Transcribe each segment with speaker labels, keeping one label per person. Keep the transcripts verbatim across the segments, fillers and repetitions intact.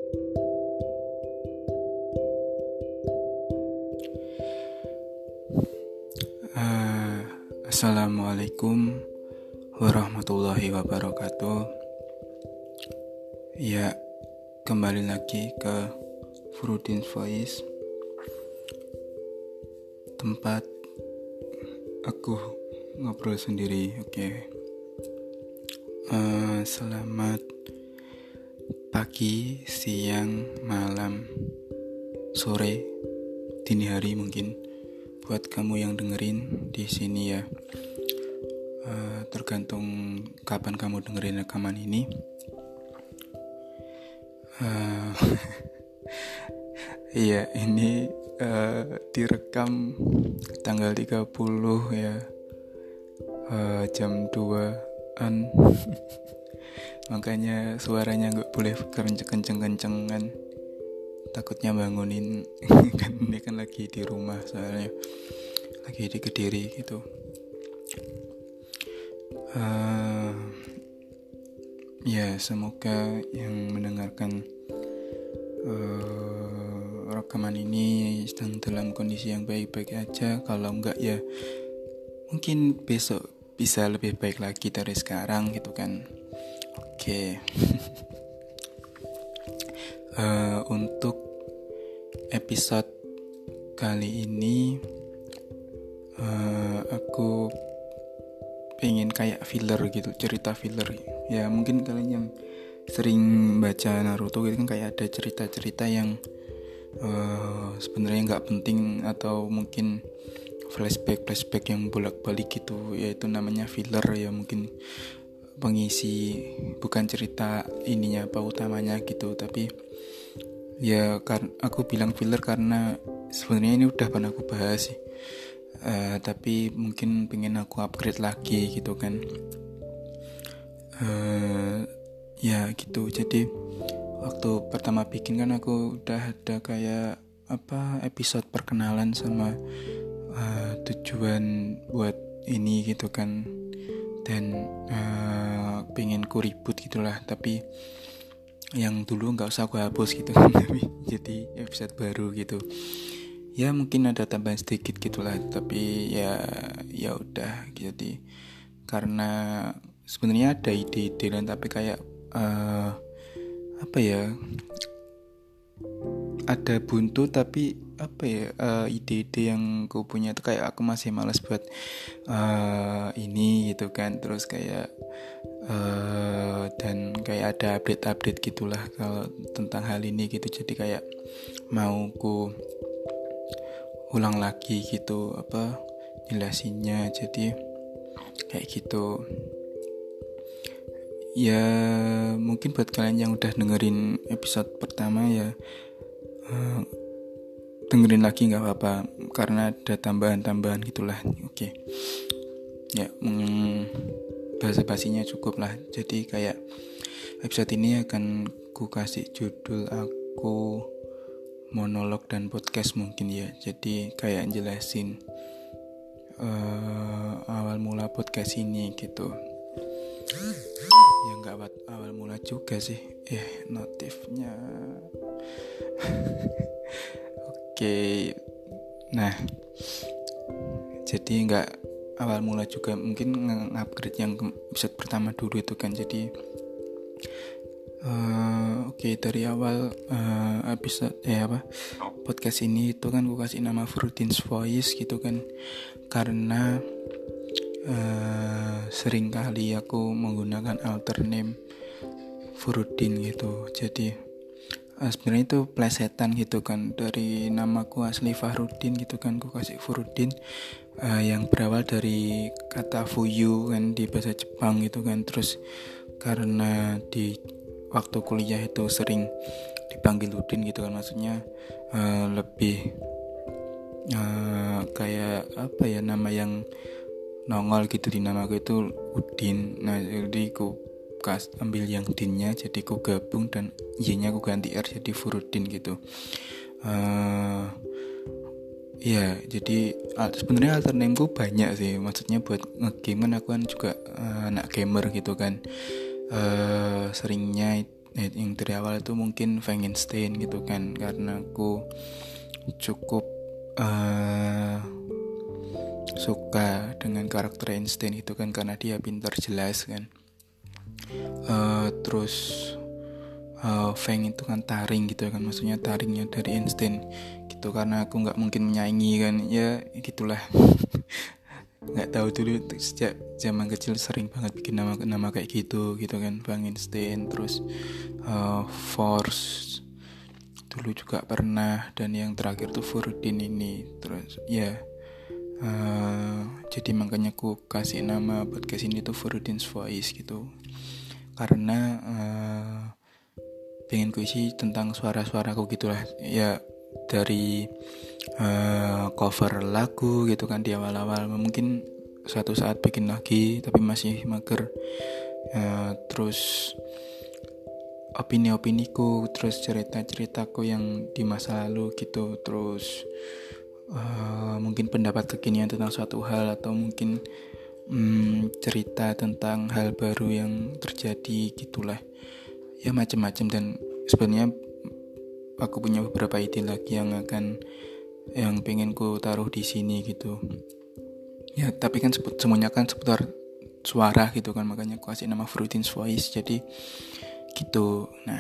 Speaker 1: Uh, Assalamualaikum warahmatullahi wabarakatuh. Ya, kembali lagi ke Furudin Voice, tempat aku ngobrol sendiri. Oke, okay. uh, Selamat pagi, siang, malam, sore, dini hari mungkin buat kamu yang dengerin di sini ya. Uh, tergantung kapan kamu dengerin rekaman ini. Uh, Iya, ini uh, direkam tanggal tiga puluh ya, uh, jam dua-an. Makanya suaranya gak boleh kenceng-kenceng-kencengan, takutnya bangunin. Kan ini kan lagi di rumah, soalnya lagi di Kediri gitu. uh, Ya, semoga yang mendengarkan uh, rekaman ini sedang dalam kondisi yang baik-baik aja. Kalau enggak ya mungkin besok bisa lebih baik lagi dari sekarang gitu kan. Oke. Okay. uh, Untuk episode kali ini uh, aku pengen kayak filler gitu, cerita filler. Ya mungkin kalian yang sering baca Naruto gitu kan, kayak ada cerita-cerita yang uh, sebenarnya nggak penting atau mungkin flashback-flashback yang bolak-balik gitu, yaitu namanya filler ya, mungkin pengisi, bukan cerita ininya apa utamanya gitu. Tapi ya kan aku bilang filler karena sebenarnya ini udah pernah aku bahas sih, uh, tapi mungkin pengen aku upgrade lagi gitu kan. Uh, ya gitu. Jadi waktu pertama bikin kan aku udah ada kayak apa episode perkenalan sama uh, tujuan buat ini gitu kan, dan uh, pengen ku ribut gitulah, tapi yang dulu nggak usah aku hapus gitu. Tapi jadi episode baru gitu. Ya mungkin ada tambahan sedikit gitulah, tapi ya ya udah. Jadi karena sebenarnya ada ide-ide dan tapi kayak uh, apa ya, ada buntu, tapi apa ya, uh, ide-ide yang aku punya itu kayak aku masih malas buat uh, ini gitu kan. Terus kayak uh, dan kayak ada update-update gitulah kalau tentang hal ini gitu. Jadi kayak mau ku ulang lagi gitu apa jelasinnya. Jadi kayak gitu. Ya mungkin buat kalian yang udah dengerin episode pertama ya uh, dengerin lagi nggak apa-apa karena ada tambahan-tambahan gitulah. Oke, okay. Ya mm, bahasa basinya cukup lah. Jadi kayak episode ini akan ku kasih judul aku monolog dan podcast mungkin ya. Jadi kayak jelasin uh, awal mula podcast ini gitu. Ya nggak awal mula juga sih. Eh notifnya. Oke, okay. Nah, jadi nggak awal mula juga, mungkin nge-upgrade yang episode pertama dulu itu kan. Jadi uh, oke okay, dari awal uh, episode eh apa podcast ini itu kan gue kasih nama Furudin's Voice gitu kan, karena uh, sering kali aku menggunakan alter name Furudin gitu. Jadi Uh, sebenarnya itu plesetan gitu kan dari namaku asli Fahrudin gitu kan, aku kasih Furudin uh, yang berawal dari kata fuyu kan di bahasa Jepang gitu kan. Terus karena di waktu kuliah itu sering dipanggil Udin gitu kan, maksudnya uh, lebih uh, kayak apa ya, nama yang nongol gitu di namaku itu Udin. Nah jadi aku kas ambil yang dinnya, jadi ku gabung dan y-nya ku ganti r jadi Furudin gitu. Uh, ya jadi sebenarnya alter name ku banyak sih, maksudnya buat ngegame kan aku kan juga uh, anak gamer gitu kan. Uh, seringnya eh, yang dari awal itu mungkin Frankenstein gitu kan, karena aku cukup uh, suka dengan karakter Einstein itu kan, karena dia pintar jelas kan. Uh, terus uh, Feng itu kan taring gitu kan, maksudnya taringnya dari Einstein gitu, karena aku nggak mungkin menyaingi kan, ya gitulah. Nggak tahu dulu sejak zaman kecil sering banget bikin nama-nama kayak gitu gitu kan, Frankenstein, terus uh, Force dulu juga pernah, dan yang terakhir tuh Furdin ini. Terus ya uh, jadi makanya aku kasih nama podcast ini tuh Furdin's Voice gitu, karena uh, pengen ku isi tentang suara-suaraku gitulah ya, dari uh, cover lagu gitu kan di awal-awal, mungkin suatu saat bikin lagi tapi masih mager. Uh, terus opini-opiniku, terus cerita-ceritaku yang di masa lalu gitu, terus uh, mungkin pendapat kekinian tentang suatu hal, atau mungkin um, cerita tentang hal baru yang terjadi gitulah ya, macam-macam. Dan sebenarnya aku punya beberapa ide lagi yang akan yang pengen ku taruh di sini gitu ya, tapi kan sebut, semuanya kan seputar suara gitu kan, makanya aku kasih nama Furdin's Voice jadi gitu. Nah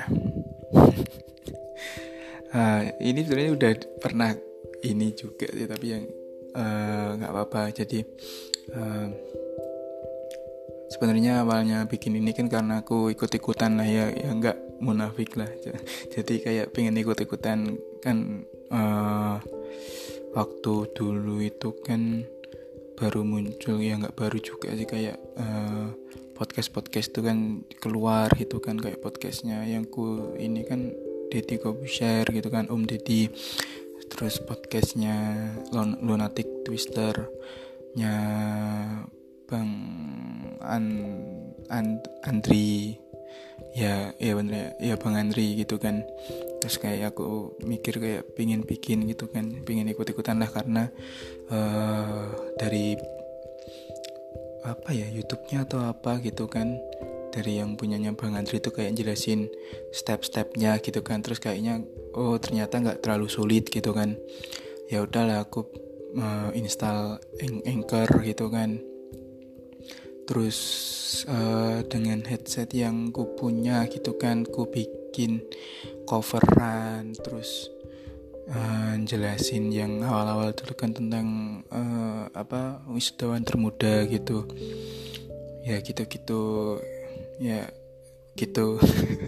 Speaker 1: uh, ini sebenarnya udah pernah ini juga sih, tapi yang nggak uh, apa-apa. Jadi uh, sebenarnya awalnya bikin ini kan karena aku ikut-ikutan lah ya, ya nggak munafik lah. Jadi kayak pengen ikut-ikutan kan. Uh, waktu dulu itu kan baru muncul, ya nggak baru juga sih, kayak uh, podcast-podcast itu kan keluar gitu kan, kayak podcastnya yang ku ini kan Deddy Corbuzier gitu kan, Om Deddy, terus podcastnya Lunatic Twister nya Bang An, An Andri ya ya bener ya Bang Andri gitu kan. Terus kayak aku mikir kayak pingin bikin gitu kan, pingin ikut-ikutan lah, karena uh, dari apa ya YouTube-nya atau apa gitu kan, dari yang punyanya Bang Andri itu kayak jelasin step-stepnya gitu kan. Terus kayaknya oh ternyata nggak terlalu sulit gitu kan. Ya udahlah aku uh, install Anchor gitu kan. Terus uh, dengan headset yang ku punya gitu kan, ku bikin coveran, terus uh, jelasin yang awal-awal dulu kan tentang uh, apa wisudawan termuda gitu ya, gitu-gitu ya gitu.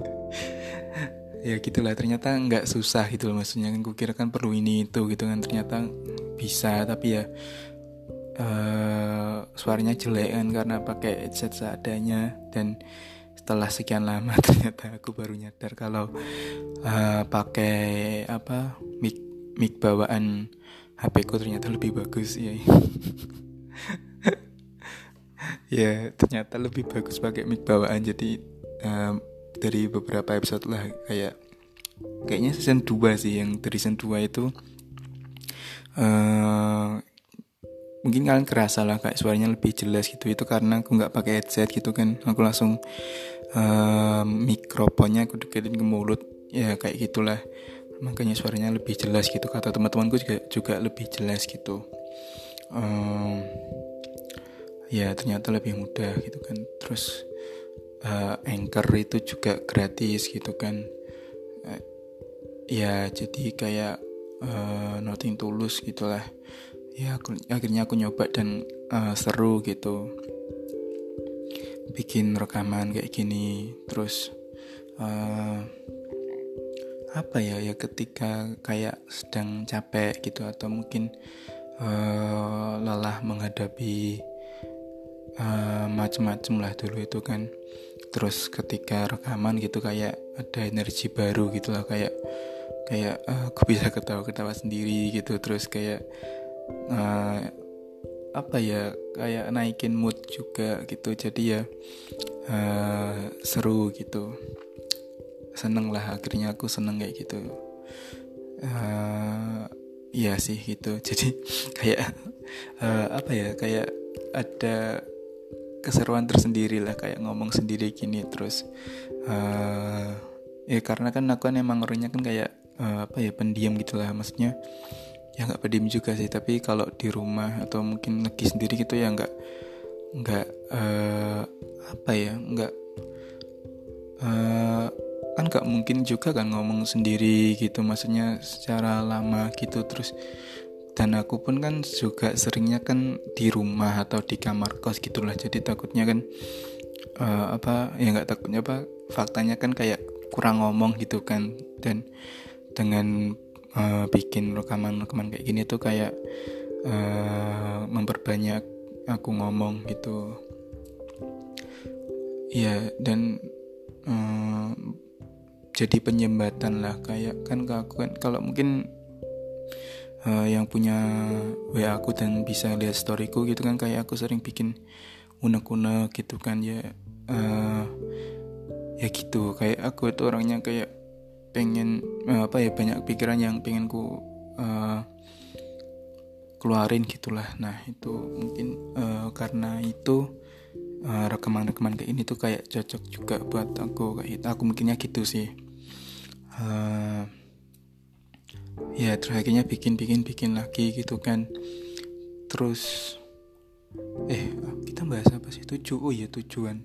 Speaker 1: Ya gitulah, ternyata nggak susah gitu loh, maksudnya kan kukira kan perlu ini itu gitu kan, ternyata bisa. Tapi ya uh, suaranya jelek kan karena pakai headset seadanya, dan setelah sekian lama ternyata aku baru nyadar kalau uh, pakai apa mic mic bawaan H P ku ternyata lebih bagus ya. Ya ternyata lebih bagus pakai mic bawaan. Jadi uh, dari beberapa episode lah, kayak kayaknya season dua sih, yang dari season dua itu uh, mungkin kalian kerasa lah kayak suaranya lebih jelas gitu. Itu karena aku nggak pakai headset gitu kan, aku langsung uh, mikrofonnya aku deketin ke mulut ya, kayak gitulah, makanya suaranya lebih jelas gitu. Kata teman-temanku juga juga lebih jelas gitu. Um, ya ternyata lebih mudah gitu kan. Terus uh, Anchor itu juga gratis gitu kan. Uh, ya jadi kayak uh, nothing tulus gitulah. Ya aku, akhirnya aku nyoba dan uh, seru gitu, bikin rekaman kayak gini. Terus uh, apa ya ya ketika kayak sedang capek gitu, atau mungkin uh, lelah menghadapi uh, macem-macem lah dulu itu kan. Terus ketika rekaman gitu kayak ada energi baru gitu lah, kayak kayak uh, aku bisa ketawa-ketawa sendiri gitu. Terus kayak uh, apa ya kayak naikin mood juga gitu. Jadi ya uh, seru gitu, seneng lah, akhirnya aku seneng kayak gitu. Uh, iya sih gitu. Jadi kayak uh, apa ya kayak ada keseruan tersendiri lah, kayak ngomong sendiri gini. Terus uh, ya karena kan aku kan emang orangnya kan kayak uh, apa ya pendiam gitulah, maksudnya ya nggak pendiam juga sih, tapi kalau di rumah atau mungkin lagi sendiri gitu ya nggak nggak uh, apa ya nggak uh, kan nggak mungkin juga kan ngomong sendiri gitu, maksudnya secara lama gitu. Terus dan aku pun kan juga seringnya kan di rumah atau di kamar kos gitulah, jadi takutnya kan uh, apa ya nggak takutnya apa faktanya kan kayak kurang ngomong gitu kan. Dan dengan uh, bikin rekaman-rekaman kayak gini tuh kayak uh, memperbanyak aku ngomong gitu ya. Dan uh, jadi penyembatan lah, kayak kan aku kan kalau mungkin uh, yang punya W A aku dan bisa lihat storyku gitu kan, kayak aku sering bikin unek-unek gitu kan ya. Uh, ya gitu, kayak aku itu orangnya kayak pengen uh, apa ya banyak pikiran yang pengen ku uh, keluarin gitulah. Nah itu mungkin uh, karena itu uh, rekaman-rekaman kayak ini tuh kayak cocok juga buat aku, kayak itu aku mikirnya gitu sih. uh, ya terakhirnya bikin-bikin bikin lagi gitu kan. Terus eh kita bahas apa sih, tujuh oh ya tujuan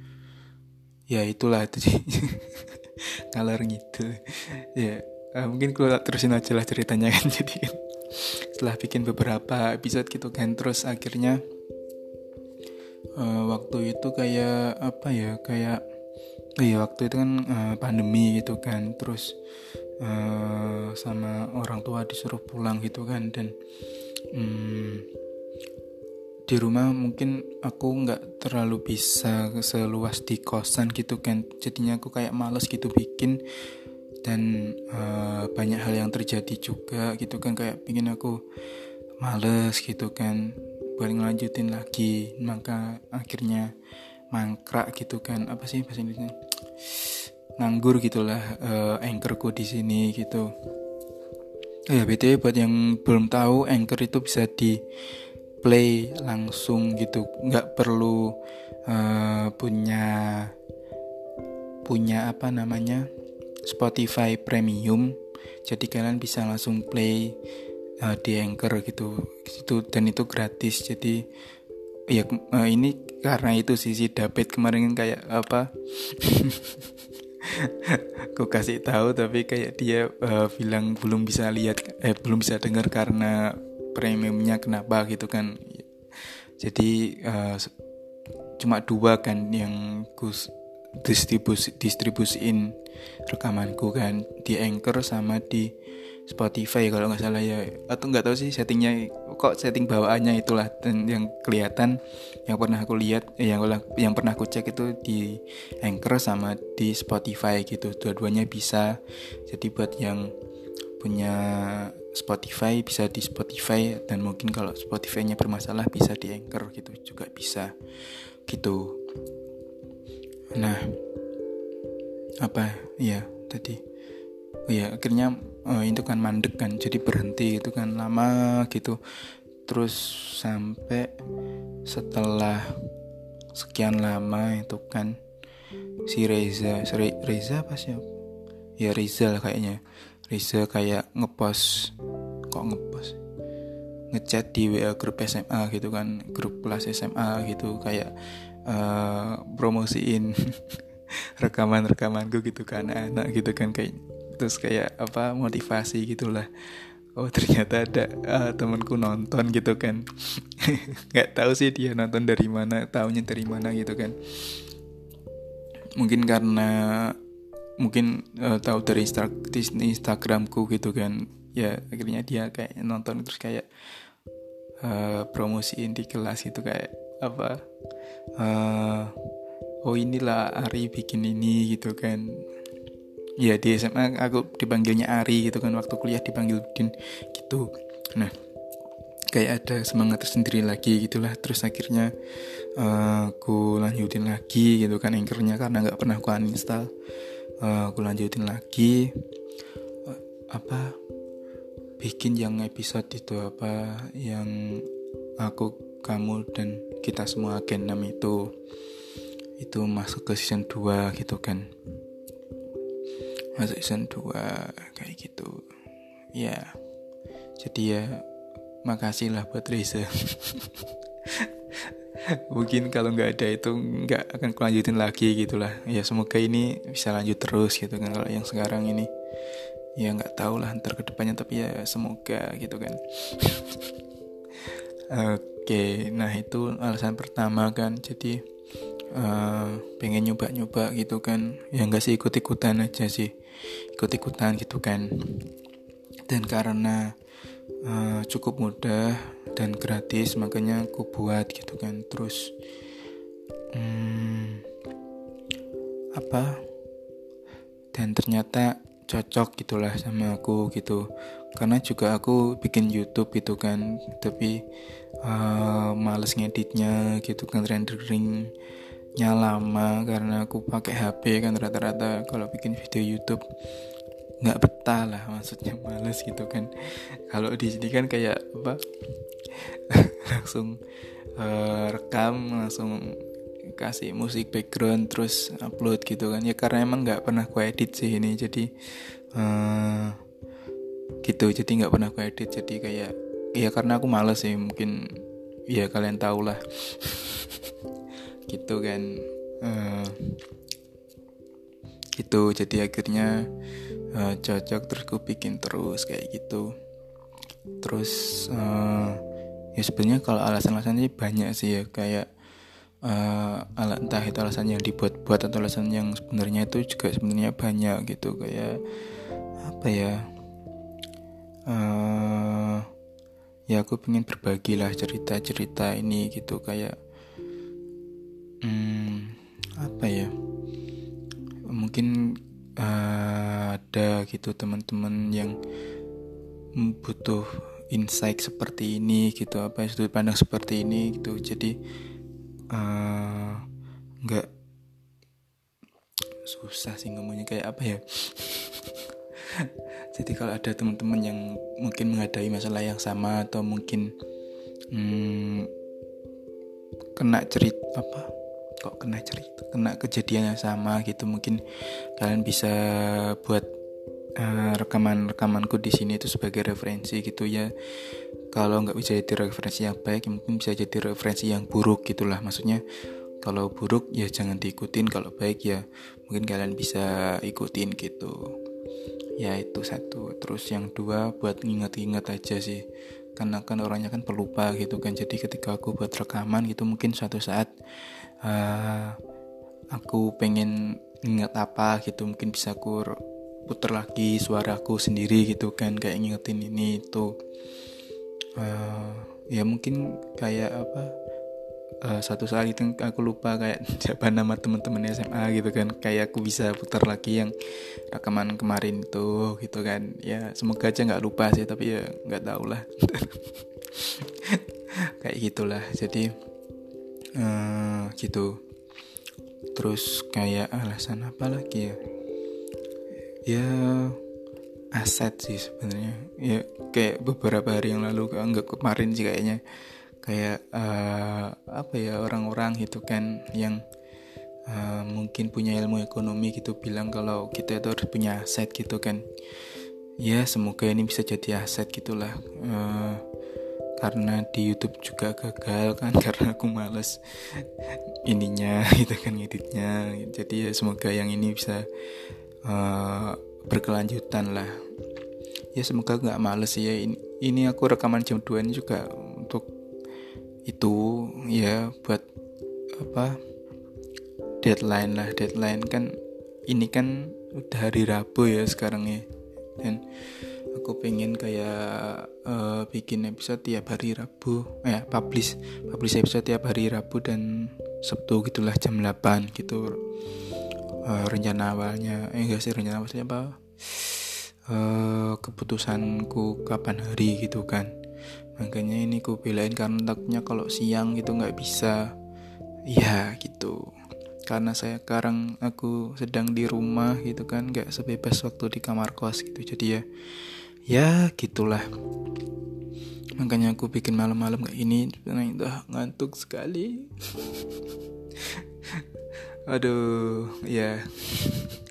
Speaker 1: ya itulah itu sih. Ngalor gitu ya. Uh, mungkin kalau terusin aja lah ceritanya kan. Jadi kan setelah bikin beberapa episode gitu kan, terus akhirnya uh, waktu itu kayak apa ya kayak oh iya waktu itu kan uh, pandemi gitu kan. Terus uh, sama orang tua disuruh pulang gitu kan. Dan um, di rumah mungkin aku nggak terlalu bisa seluas di kosan gitu kan, jadinya aku kayak males gitu bikin. Dan uh, banyak hal yang terjadi juga gitu kan, kayak pingin aku males gitu kan buat ngelanjutin lagi. Maka akhirnya mangkrak gitu kan, apa sih bahasa Indonesia, nganggur gitulah uh, anchorku di sini gitu. Oh ya B T W buat yang belum tahu, Anchor itu bisa di play langsung gitu, nggak perlu uh, punya punya apa namanya Spotify Premium. Jadi kalian bisa langsung play uh, di Anchor gitu, gitu dan itu gratis. Jadi ya uh, ini karena itu sih si David kemarin kayak apa aku kasih tahu tapi kayak dia uh, bilang belum bisa lihat eh belum bisa dengar karena premiumnya kenapa gitu kan. Jadi uh, cuma dua kan yang gus distribusi distribusiin rekamanku kan, di Anchor sama di Spotify kalau nggak salah ya, atau nggak tahu sih settingnya kok setting bawaannya itulah. Dan yang kelihatan yang pernah aku lihat eh, yang yang pernah aku cek itu di Anchor sama di Spotify gitu, dua-duanya bisa. Jadi buat yang punya Spotify bisa di Spotify, dan mungkin kalau Spotify-nya bermasalah bisa di Anchor gitu juga bisa gitu. Nah apa ya tadi oh ya akhirnya oh, itu kan mandek kan, jadi berhenti itu kan lama gitu. Terus sampai setelah sekian lama itu kan si Reza si Reza apa sih ya Reza kayaknya Reza kayak ngepost kok ngepost ngechat di W A grup S M A gitu kan, grup kelas S M A gitu, kayak uh, promosiin rekaman-rekamanku gitu kan anak gitu kan, kayak terus kayak apa motivasi gitulah. Oh ternyata ada uh, temanku nonton gitu kan. Nggak tahu sih dia nonton dari mana, taunya dari mana gitu kan. Mungkin karena mungkin uh, tahu dari Insta- Instagramku gitu kan. Ya akhirnya dia kayak nonton terus kayak uh, promosiin di kelas gitu, kayak apa uh, oh inilah Ari bikin ini gitu kan. Ya di S M A aku dipanggilnya Ari gitu kan, waktu kuliah dipanggil Udin gitu. Nah kayak ada semangat tersendiri lagi gitulah. Terus akhirnya uh, aku lanjutin lagi gitu kan Anchor-nya, karena gak pernah aku uninstall. uh, aku lanjutin lagi uh, apa bikin yang episode itu apa yang aku, kamu, dan kita semua Gen enam itu itu masuk ke season dua gitu kan. masuk season dua kayak gitu ya. Jadi ya makasih lah buat Reza. Mungkin kalau nggak ada itu nggak akan kulanjutin lagi gitulah ya. Semoga ini bisa lanjut terus gitu kan. Kalau yang sekarang ini ya nggak tahu lah ntar kedepannya, tapi ya semoga gitu kan. Oke, nah itu alasan pertama kan. Jadi uh, pengen nyoba-nyoba gitu kan. Ya nggak sih, ikut-ikutan aja sih, ikut-ikutan gitu kan. Dan karena uh, cukup mudah dan gratis, makanya aku buat gitu kan. Terus hmm, apa dan ternyata cocok gitulah sama aku gitu. Karena juga aku bikin YouTube gitu kan, tapi uh, males ngeditnya gitu kan, renderingnya lama karena aku pakai H P kan. Rata-rata kalau bikin video YouTube nggak betah lah, maksudnya males gitu kan. Kalau di sini kan kayak apa langsung uh, rekam, langsung kasih musik background terus upload gitu kan ya. Karena emang nggak pernah ku edit sih ini, jadi uh, gitu jadi nggak pernah ku edit, jadi kayak ya karena aku males sih, mungkin ya kalian tahu lah. Gitu kan uh, gitu jadi akhirnya uh, cocok, terus ku bikin terus kayak gitu. Terus uh, ya sebenarnya kalau alasan-alasannya banyak sih ya, kayak uh, entah itu alasan yang dibuat-buat atau alasan yang sebenarnya itu juga sebenarnya banyak gitu. Kayak apa ya, uh, ya aku pengen berbagi lah cerita-cerita ini gitu. Kayak hmm, apa ya, mungkin uh, ada gitu teman-teman yang butuh insight seperti ini gitu, apa sudut pandang seperti ini gitu. Jadi nggak uh, susah sih ngomongnya, kayak apa ya. Jadi kalau ada teman-teman yang mungkin menghadapi masalah yang sama, atau mungkin hmm, kena cerita apa kok kena cerita kena kejadian yang sama gitu, mungkin kalian bisa buat Uh, rekaman-rekamanku di sini itu sebagai referensi gitu ya. Kalau nggak bisa jadi referensi yang baik, mungkin bisa jadi referensi yang buruk gitulah. Maksudnya kalau buruk ya jangan diikutin, kalau baik ya mungkin kalian bisa ikutin gitu. Ya itu satu. Terus yang dua buat nginget-nginget aja sih, karena kan orangnya kan pelupa gitu kan. Jadi ketika aku buat rekaman gitu, mungkin suatu saat uh, aku pengen inget apa gitu, mungkin bisa aku puter lagi suaraku sendiri gitu kan, kayak ngingetin ini itu. Uh, ya mungkin kayak apa, uh, satu saat itu aku lupa kayak siapa nama teman-teman S M A gitu kan, kayak aku bisa putar lagi yang rekaman kemarin itu gitu kan. Ya semoga aja nggak lupa sih, tapi ya nggak tahu lah. Kayak gitulah. Jadi uh, gitu. Terus kayak alasan apa lagi ya? Ya aset sih sebenarnya. Ya kayak beberapa hari yang lalu, enggak kemarin sih kayaknya, kayak uh, apa ya, orang-orang gitu kan yang uh, mungkin punya ilmu ekonomi gitu bilang kalau kita itu harus punya aset gitu kan. Ya semoga ini bisa jadi aset gitulah. Uh, karena di YouTube juga gagal kan karena aku males ininya gitu kan, ngeditnya. Jadi ya semoga yang ini bisa Uh, berkelanjutan lah. Ya semoga gak males ya. Ini, ini aku rekaman jam dua ini juga untuk itu ya, buat apa, deadline lah. Deadline kan ini kan udah hari Rabu ya sekarang ya, dan aku pengen kayak uh, bikin episode tiap hari Rabu, eh publish publish episode tiap hari Rabu dan Sabtu gitulah jam delapan gitu. Uh, rencana awalnya eh enggak sih rencana awalnya apa uh, keputusanku kapan hari gitu kan. Makanya ini ku belain karena takutnya kalau siang gitu nggak bisa ya gitu, karena saya sekarang aku sedang di rumah gitu kan, nggak sebebas waktu di kamar kos gitu. Jadi ya ya gitulah, makanya aku bikin malam-malam kayak ini. Karena udah ngantuk sekali. Aduh, ya.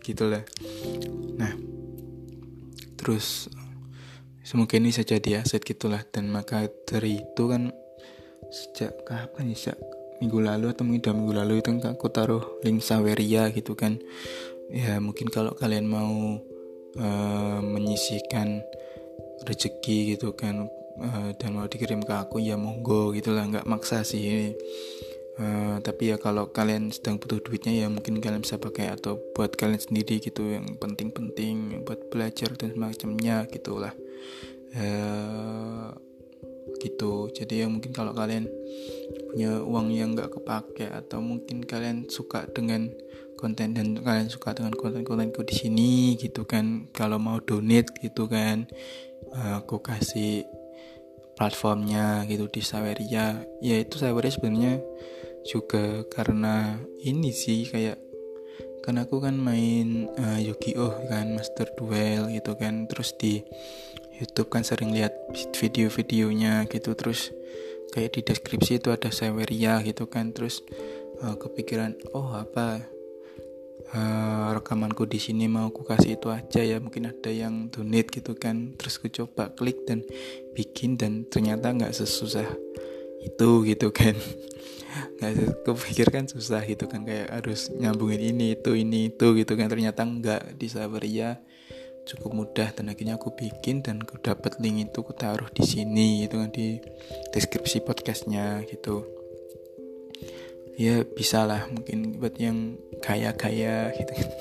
Speaker 1: gitulah. Nah, terus semoga ini bisa jadi aset gitulah. Dan maka dari itu kan sejak kapan ya, sejak minggu lalu atau mungkin dua minggu lalu itu kan aku taruh link Saweria gitu kan. Ya mungkin kalau kalian mau uh, menyisihkan rezeki gitu kan, uh, dan mau dikirim ke aku ya monggo gitulah, nggak maksa sih. Uh, tapi ya kalau kalian sedang butuh duitnya ya mungkin kalian bisa pakai atau buat kalian sendiri gitu, yang penting-penting buat belajar dan semacamnya gitulah. Uh, gitu. Jadi ya mungkin kalau kalian punya uang yang nggak kepake atau mungkin kalian suka dengan konten dan kalian suka dengan konten-kontenku di sini gitu kan, kalau mau donate gitu kan, uh, aku kasih platformnya gitu di Saweria. Ya itu Saweria sebenarnya juga karena ini sih, kayak kan aku kan main uh, Yu-Gi-Oh kan, Master Duel gitu kan, terus di YouTube kan sering lihat video-videonya gitu, terus kayak di deskripsi itu ada Saweria gitu kan, terus uh, kepikiran oh apa uh, rekamanku di sini mau aku kasih itu aja ya, mungkin ada yang donate gitu kan, terus aku coba klik dan bikin dan ternyata nggak sesusah itu gitu kan. Nggak, kepikir kan susah gitu kan, kayak harus nyambungin ini itu ini itu gitu kan, ternyata nggak. Di Saweria cukup mudah dan akhirnya aku bikin dan aku dapat link itu, aku taruh di sini gitu kan, di deskripsi podcastnya gitu. Ya bisa lah mungkin buat yang kaya-kaya gitu kan.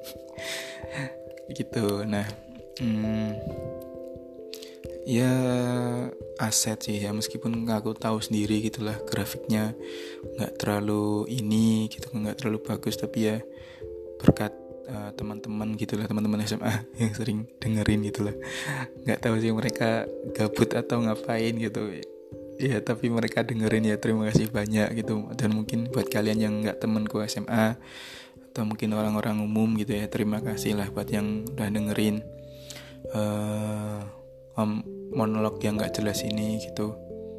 Speaker 1: Gitu. Nah hmm, ya aset sih ya, meskipun aku tahu sendiri gitulah grafiknya nggak terlalu ini gitu, nggak terlalu bagus, tapi ya berkat uh, teman-teman gitulah, teman-teman S M A yang sering dengerin gitulah. Nggak tahu sih mereka gabut atau ngapain gitu ya, tapi mereka dengerin ya, terima kasih banyak gitu. Dan mungkin buat kalian yang nggak temanku S M A atau mungkin orang-orang umum gitu ya, terima kasih lah buat yang udah dengerin uh, um, monolog yang nggak jelas ini gitu.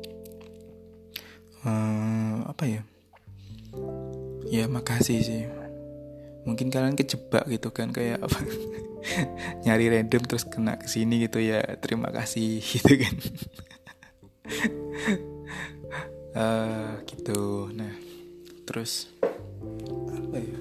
Speaker 1: Uh, apa ya ya makasih sih. Mungkin kalian kejebak gitu kan, kayak apa nyari random terus kena kesini gitu ya, terima kasih gitu kan. uh, gitu. Nah terus apa ya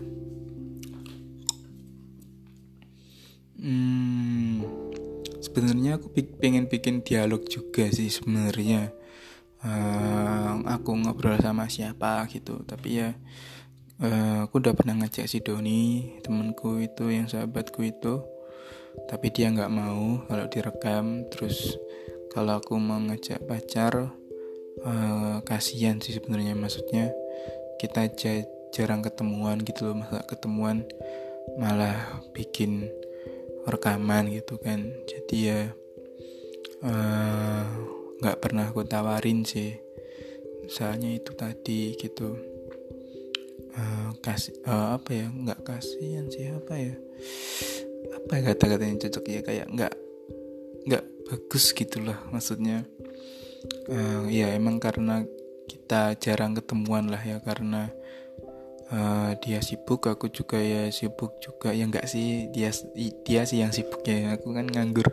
Speaker 1: hmm, sebenarnya aku pengen bikin dialog juga sih sebenarnya. uh, aku ngobrol sama siapa gitu, tapi ya Uh, aku udah pernah ngajak si Doni, temanku itu, yang sahabatku itu, tapi dia nggak mau kalau direkam. Terus kalau aku mau ngajak pacar, uh, kasihan sih sebenarnya, maksudnya kita aja jarang ketemuan gitu loh, masa ketemuan malah bikin rekaman gitu kan. Jadi ya nggak uh, pernah aku tawarin sih, soalnya itu tadi gitu. Uh, kasih uh, apa ya nggak kasihan sih, apa ya apa ya kata-kata yang cocok ya, kayak nggak nggak bagus gitulah maksudnya. Uh, ya emang karena kita jarang ketemuan lah ya, karena uh, dia sibuk, aku juga ya sibuk juga ya, nggak sih dia dia sih yang sibuk ya, aku kan nganggur.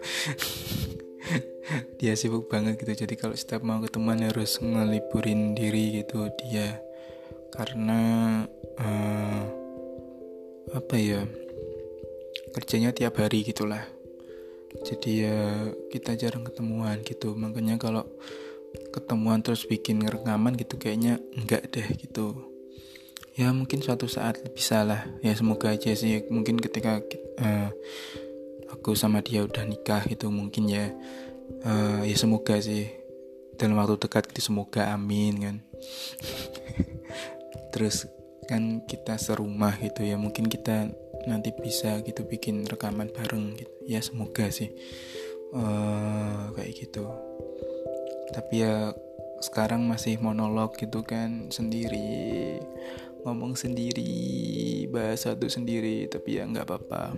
Speaker 1: Dia sibuk banget gitu, jadi kalau setiap mau ketemuan harus ngeliburin diri gitu dia, karena uh, apa ya kerjanya tiap hari gitulah. Jadi ya kita jarang ketemuan gitu, makanya kalau ketemuan terus bikin rekaman gitu kayaknya enggak deh gitu. Ya mungkin suatu saat bisa lah ya, semoga aja sih. Mungkin ketika uh, aku sama dia udah nikah gitu mungkin ya, uh, ya semoga sih dalam waktu dekat gitu, semoga amin kan. Terus kan kita serumah gitu ya, mungkin kita nanti bisa gitu bikin rekaman bareng gitu ya, semoga sih uh, kayak gitu. Tapi ya sekarang masih monolog gitu kan, sendiri, ngomong sendiri, bahas satu sendiri, tapi ya nggak apa-apa.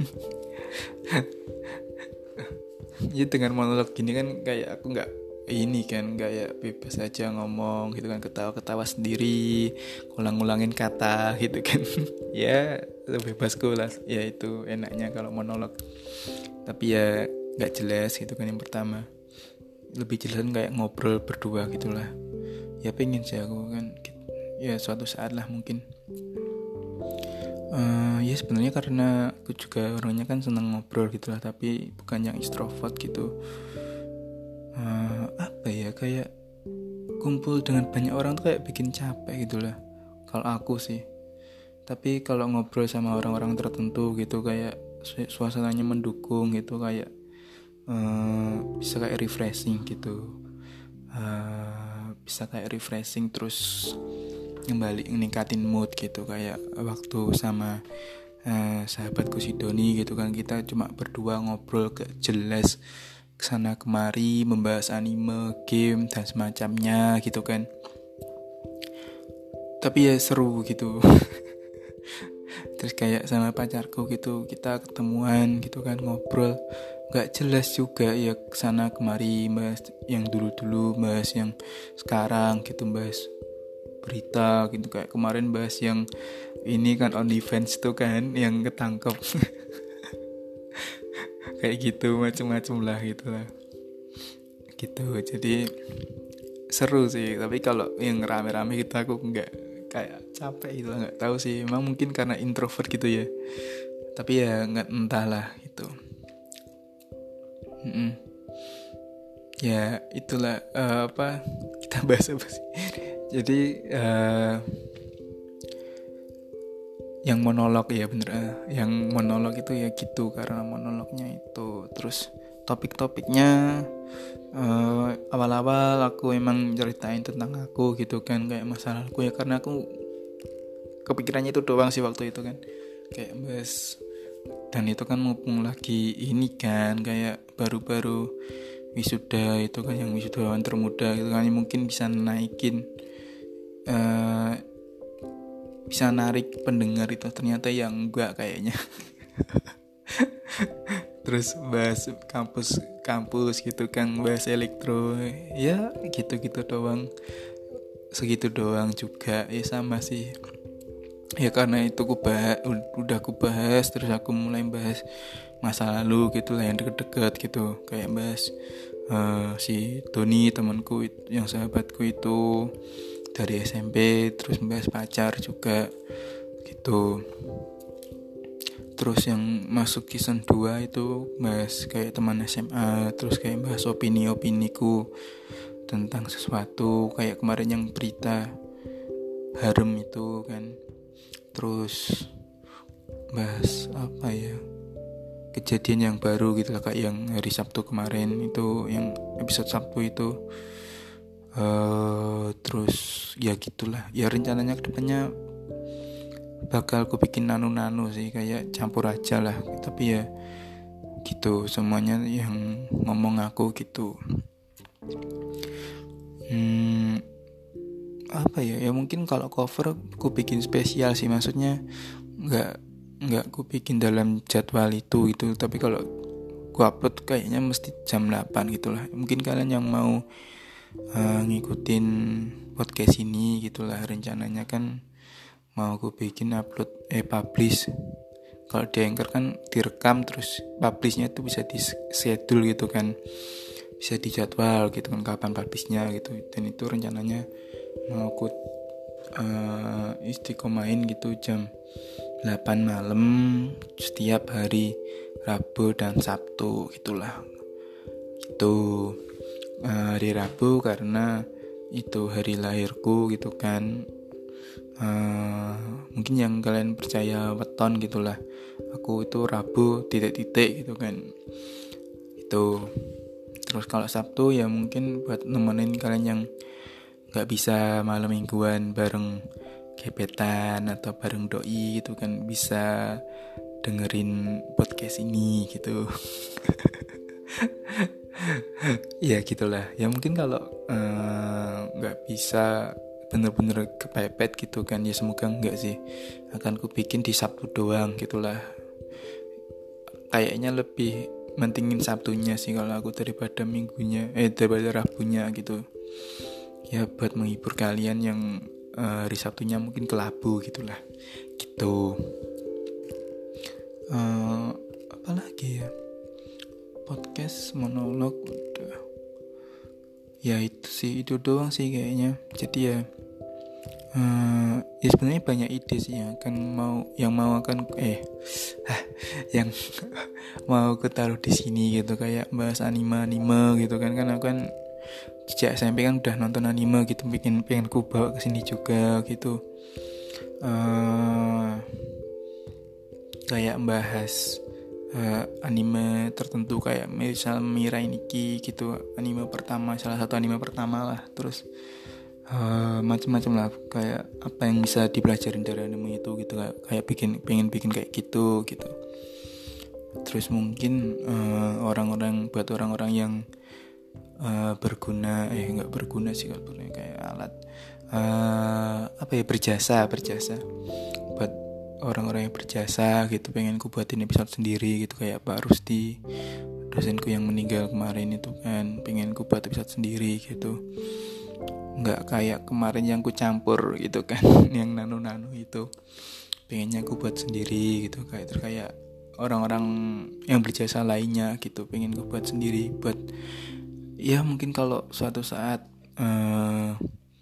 Speaker 1: Ya dengan monolog gini kan kayak aku nggak ini kan, kayak bebas aja ngomong gitu kan, ketawa-ketawa sendiri, ulang-ulangin kata gitu kan. Ya bebasku lah, ya itu enaknya kalau monolog. Tapi ya nggak jelas gitu kan yang pertama, lebih jelas kan kayak ngobrol berdua gitulah. Ya pengen sih aku kan, ya suatu saat lah mungkin. Uh, ya sebenarnya karena aku juga orangnya kan senang ngobrol gitulah, tapi bukan yang extrovert gitu. Uh, apa ya, kayak kumpul dengan banyak orang tuh kayak bikin capek gitulah kalau aku sih. Tapi kalau ngobrol sama orang-orang tertentu gitu kayak suasananya mendukung gitu, kayak uh, bisa kayak refreshing gitu, uh, bisa kayak refreshing terus kembali meningkatin mood gitu. Kayak waktu sama uh, sahabatku si Doni gitu kan, kita cuma berdua ngobrol gak jelas kesana kemari, membahas anime, game dan semacamnya gitu kan. Tapi ya seru gitu. Terus kayak sama pacarku gitu, kita ketemuan gitu kan, ngobrol gak jelas juga ya kesana kemari, bahas yang dulu-dulu, bahas yang sekarang gitu, bahas berita gitu. Kayak kemarin bahas yang ini kan, OnlyFans itu kan yang ketangkep. Kayak gitu, macam-macam lah gitu lah gitu. Jadi seru sih. Tapi kalau yang rame-rame gitu aku nggak, kayak capek gitu, nggak tahu sih, emang mungkin karena introvert gitu ya. Tapi ya nggak, entahlah gitu. Mm-mm. Ya itulah, uh, apa kita bahas apa sih. Jadi uh, yang monolog ya bener, uh, yang monolog itu ya gitu, karena monolognya itu. Terus topik-topiknya uh, awal-awal aku emang ceritain tentang aku gitu kan, kayak masalahku ya, karena aku kepikirannya itu doang sih waktu itu kan, kayak bahas. Dan itu kan mumpung lagi ini kan, kayak baru-baru wisuda itu kan, yang wisudawan termuda gitu kan, mungkin bisa naikin uh, bisa narik pendengar itu. Ternyata yang enggak kayaknya. Terus bahas kampus kampus gitu kan, bahas elektro ya gitu-gitu doang, segitu doang juga ya, sama sih ya. Karena itu aku bahas, udah aku bahas, terus aku mulai bahas masa lalu gitu lah, yang deket-deket gitu, kayak bahas uh, si Doni temanku yang sahabatku itu dari S M P, terus bahas pacar juga gitu. Terus yang masuk season dua itu bahas kayak teman S M A, terus kayak bahas opini-opiniku tentang sesuatu, kayak kemarin yang berita harem itu kan. Terus bahas apa ya, kejadian yang baru gitu lah, kayak yang hari Sabtu kemarin itu, yang episode Sabtu itu. Uh, terus ya gitulah ya, rencananya kedepannya bakal aku bikin nano-nano sih, kayak campur aja lah. Tapi ya gitu, semuanya yang ngomong aku gitu. Hmm, apa ya? Ya mungkin kalau cover aku bikin spesial sih, maksudnya nggak nggak aku bikin dalam jadwal itu itu. Tapi kalau aku upload kayaknya mesti jam delapan gitulah. Mungkin kalian yang mau uh, ngikutin podcast ini gitulah, rencananya kan mau aku bikin upload eh publish. Kalau di Anchor kan direkam terus publishnya itu bisa di schedule gitu kan, bisa dijadwal gitu kan kapan publishnya gitu. Dan itu rencananya mau aku uh, istiqomahin gitu jam delapan malam setiap hari Rabu dan Sabtu gitulah. Itu uh, hari Rabu karena itu hari lahirku gitu kan. Uh, mungkin yang kalian percaya weton gitulah, aku itu Rabu titik-titik gitu kan itu. Terus kalau Sabtu ya mungkin buat nemenin kalian yang gak bisa malam mingguan bareng gebetan atau bareng doi gitu kan, bisa dengerin podcast ini gitu. Ya gitulah ya, mungkin kalau uh, gak bisa bener-bener kepepet gitu kan, ya semoga enggak sih, akan ku bikin di Sabtu doang gitulah. Kayaknya lebih mentingin Sabtunya sih kalau aku daripada minggunya eh daripada Rabunya gitu ya, buat menghibur kalian yang uh, hari Sabtunya mungkin kelabu gitulah gitu. uh, apa lagi ya, podcast monolog udah, ya itu sih, itu doang sih kayaknya. Jadi ya uh, ya sebenarnya banyak ide sih yang akan mau yang mau akan eh yang mau aku taruh di sini gitu, kayak bahas anime-anime gitu kan. Kan aku kan sejak S M P kan udah nonton anime gitu, bikin pengen ku bawa ke sini juga gitu. Uh, kayak bahas uh, anime tertentu, kayak misal Mirai Nikki gitu, anime pertama, salah satu anime pertama lah. Terus uh, macam-macam lah, kayak apa yang bisa dipelajarin dari anime itu gitu, kayak, kayak bikin pengen bikin kayak gitu gitu. Terus mungkin uh, orang-orang buat orang-orang yang uh, berguna eh nggak berguna sih kalau berguna, kayak alat uh, apa ya, berjasa berjasa buat orang-orang yang berjasa gitu, pengen ku buatin episode sendiri gitu, kayak Pak Rusdi, dosenku yang meninggal kemarin itu kan, pengen ku buat episode sendiri gitu, nggak kayak kemarin yang ku campur gitu kan yang nano-nano itu, pengennya ku buat sendiri gitu, kayak terus kayak orang-orang yang berjasa lainnya gitu, pengen ku buat sendiri, buat ya mungkin kalau suatu saat uh,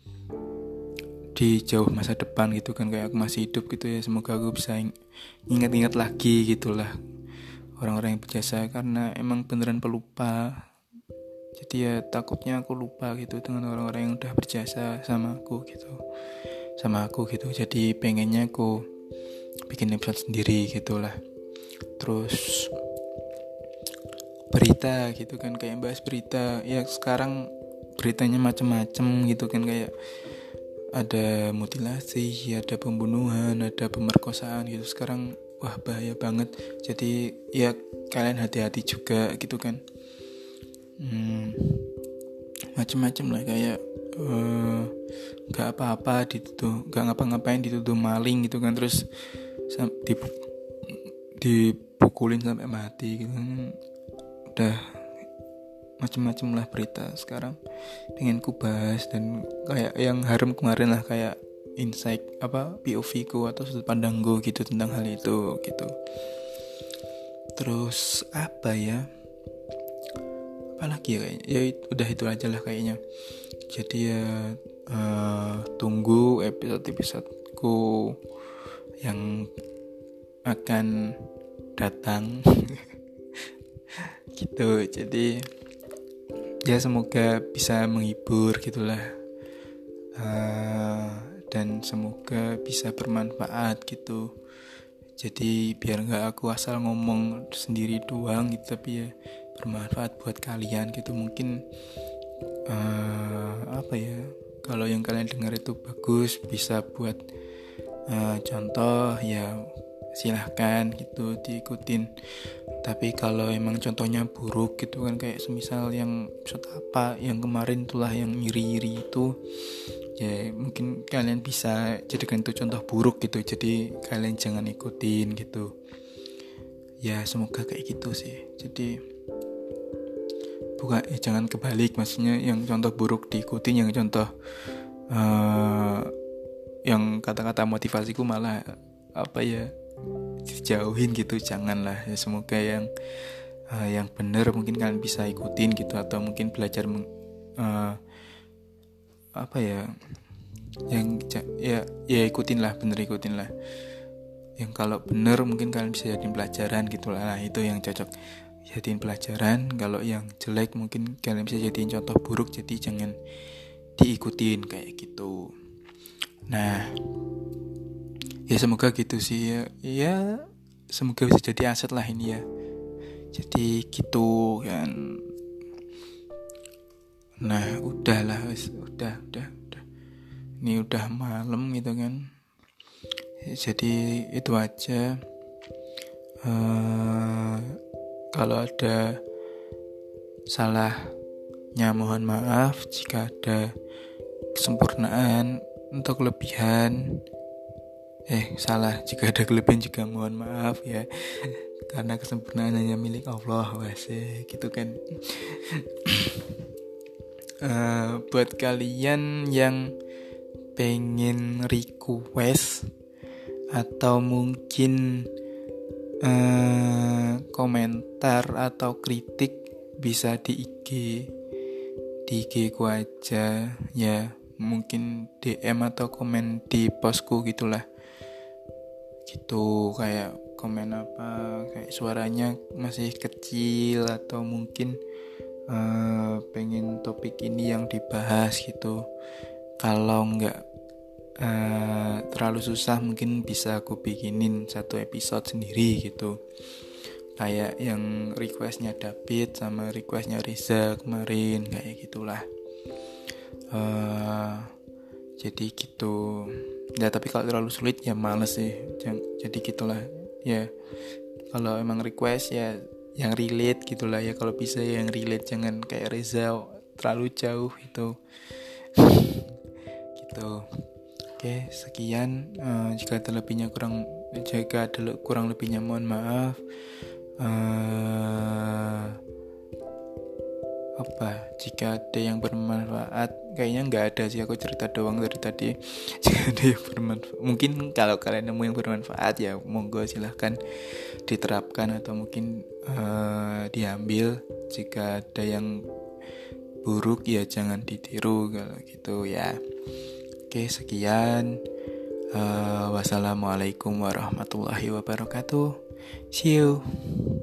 Speaker 1: di jauh masa depan gitu kan, kayak aku masih hidup gitu ya, semoga aku bisa ingat-ingat lagi gitulah orang-orang yang berjasa, karena emang beneran pelupa. Jadi ya takutnya aku lupa gitu dengan orang-orang yang udah berjasa sama aku gitu sama aku gitu. Jadi pengennya aku bikin episode sendiri gitulah. Terus berita gitu kan, kayak bahas berita ya, sekarang beritanya macem-macem gitu kan, kayak ada mutilasi, ada pembunuhan, ada pemerkosaan gitu sekarang. Wah, bahaya banget. Jadi ya kalian hati-hati juga gitu kan. hmm, Macem-macem lah, kayak uh, gak apa-apa dituduh, gak ngapa-ngapain dituduh maling gitu kan, terus dipu- dipukulin sampai mati gitu kan. Udah macem-macem lah berita sekarang, pengen ku bahas. Dan kayak yang harum kemarin lah, kayak insight apa P O V ku atau sudut pandang gue gitu tentang hal itu gitu. Terus apa ya, apa lagi ya, kayaknya ya it, udah itu aja lah kayaknya. Jadi ya uh, tunggu episode-episodeku yang akan datang gitu. Jadi ya semoga bisa menghibur gitulah, uh, dan semoga bisa bermanfaat gitu. Jadi biar gak aku asal ngomong sendiri doang gitu, tapi ya bermanfaat buat kalian gitu. Mungkin uh, apa ya, kalau yang kalian dengar itu bagus, bisa buat uh, contoh ya silahkan gitu diikutin. Tapi kalau emang contohnya buruk gitu kan, kayak semisal yang episode apa yang kemarin itulah yang iri-iri itu, ya mungkin kalian bisa jadikan itu contoh buruk gitu, jadi kalian jangan ikutin gitu ya. Semoga kayak gitu sih. Jadi bukan eh, jangan kebalik, maksudnya yang contoh buruk diikutin, yang contoh uh, yang kata-kata motivasiku malah apa ya dijauhin gitu, janganlah ya. Semoga yang uh, yang benar mungkin kalian bisa ikutin gitu, atau mungkin belajar meng, uh, apa ya yang ya ya ikutin lah, bener ikutin lah. Yang kalau bener mungkin kalian bisa jadiin pelajaran gitu lah. Nah, itu yang cocok jadiin pelajaran. Kalau yang jelek mungkin kalian bisa jadiin contoh buruk, jadi jangan diikutin kayak gitu. Nah, ya semoga gitu sih ya. Ya semoga bisa jadi aset lah ini ya. Jadi gitu kan. Nah, udahlah, udah, udah, udah. Ini udah malam gitu kan. Jadi itu aja. Uh, kalau ada salahnya mohon maaf. Jika ada kesempurnaan untuk kelebihan, eh salah jika ada kelebihan juga mohon maaf ya. Karena kesempurnaan hanya milik Allah, wase gitu kan. uh, buat kalian yang pengen request atau mungkin uh, komentar atau kritik bisa di I G di I G ku aja ya, mungkin D M atau komen di postku gitulah gitu. Kayak komen apa, kayak suaranya masih kecil atau mungkin uh, pengen topik ini yang dibahas gitu. Kalau nggak uh, terlalu susah mungkin bisa aku bikinin satu episode sendiri gitu, kayak yang requestnya David sama requestnya Riza kemarin, kayak gitulah. uh, jadi gitu ya. Tapi kalau terlalu sulit ya males sih. Jadi gitulah ya. Kalau emang request ya yang relate gitulah ya, kalau bisa yang relate, jangan kayak Reza terlalu jauh itu gitu. Oke, sekian. Uh, jika ada lebihnya kurang jika ada kurang lebihnya mohon maaf. Uh, apa jika ada yang bermanfaat, kayaknya nggak ada sih, aku cerita doang dari tadi. Jika ada yang bermanfaat, mungkin kalau kalian nemu yang bermanfaat ya monggo silahkan diterapkan atau mungkin uh, diambil. Jika ada yang buruk ya jangan ditiru kalau gitu ya. Oke, sekian. uh, wassalamualaikum warahmatullahi wabarakatuh. See you.